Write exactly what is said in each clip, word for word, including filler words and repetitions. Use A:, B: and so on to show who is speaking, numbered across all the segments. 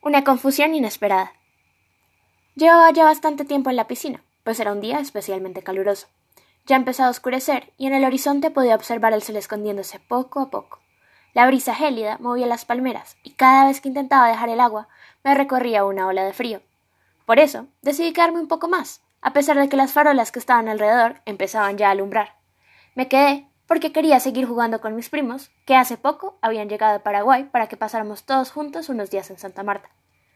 A: Una confusión inesperada. Llevaba ya bastante tiempo en la piscina, pues era un día especialmente caluroso. Ya empezaba a oscurecer y en el horizonte podía observar el sol escondiéndose poco a poco. La brisa gélida movía las palmeras y cada vez que intentaba dejar el agua me recorría una ola de frío. Por eso decidí quedarme un poco más, a pesar de que las farolas que estaban alrededor empezaban ya a alumbrar. Me quedé porque quería seguir jugando con mis primos, que hace poco habían llegado de Paraguay para que pasáramos todos juntos unos días en Santa Marta.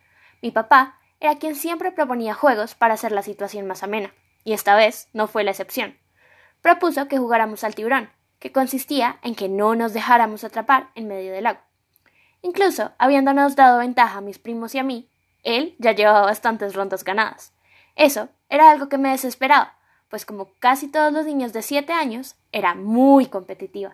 A: Mi papá era quien siempre proponía juegos para hacer la situación más amena, y esta vez no fue la excepción. Propuso que jugáramos al tiburón, que consistía en que no nos dejáramos atrapar en medio del lago. Incluso, habiéndonos dado ventaja a mis primos y a mí, él ya llevaba bastantes rondas ganadas. Eso era algo que me desesperaba, pues como casi todos los niños de siete años, era muy competitiva.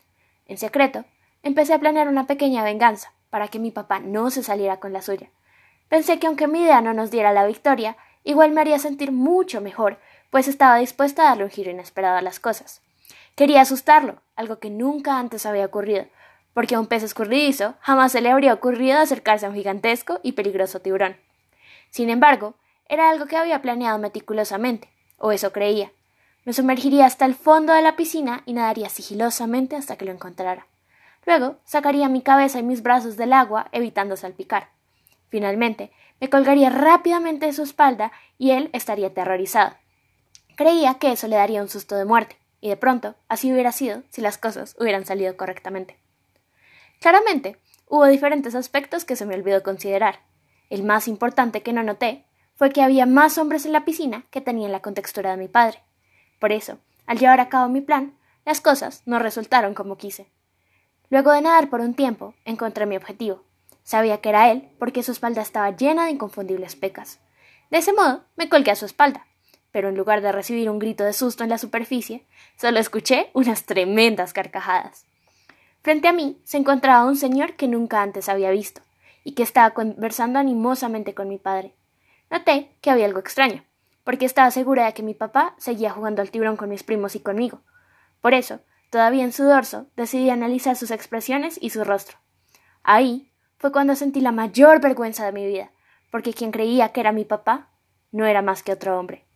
A: En secreto, empecé a planear una pequeña venganza para que mi papá no se saliera con la suya. Pensé que aunque mi idea no nos diera la victoria, igual me haría sentir mucho mejor, pues estaba dispuesta a darle un giro inesperado a las cosas. Quería asustarlo, algo que nunca antes había ocurrido, porque a un pez escurridizo jamás se le habría ocurrido acercarse a un gigantesco y peligroso tiburón. Sin embargo, era algo que había planeado meticulosamente, o eso creía. Me sumergiría hasta el fondo de la piscina y nadaría sigilosamente hasta que lo encontrara. Luego sacaría mi cabeza y mis brazos del agua, evitando salpicar. Finalmente, me colgaría rápidamente de su espalda y él estaría aterrorizado. Creía que eso le daría un susto de muerte, y de pronto así hubiera sido si las cosas hubieran salido correctamente. Claramente, hubo diferentes aspectos que se me olvidó considerar. El más importante que no noté fue que había más hombres en la piscina que tenían la contextura de mi padre. Por eso, al llevar a cabo mi plan, las cosas no resultaron como quise. Luego de nadar por un tiempo, encontré mi objetivo. Sabía que era él porque su espalda estaba llena de inconfundibles pecas. De ese modo, me colgué a su espalda, pero en lugar de recibir un grito de susto en la superficie, solo escuché unas tremendas carcajadas. Frente a mí se encontraba un señor que nunca antes había visto, y que estaba conversando animosamente con mi padre. Noté que había algo extraño, porque estaba segura de que mi papá seguía jugando al tiburón con mis primos y conmigo. Por eso, todavía en su dorso, decidí analizar sus expresiones y su rostro. Ahí fue cuando sentí la mayor vergüenza de mi vida, porque quien creía que era mi papá no era más que otro hombre.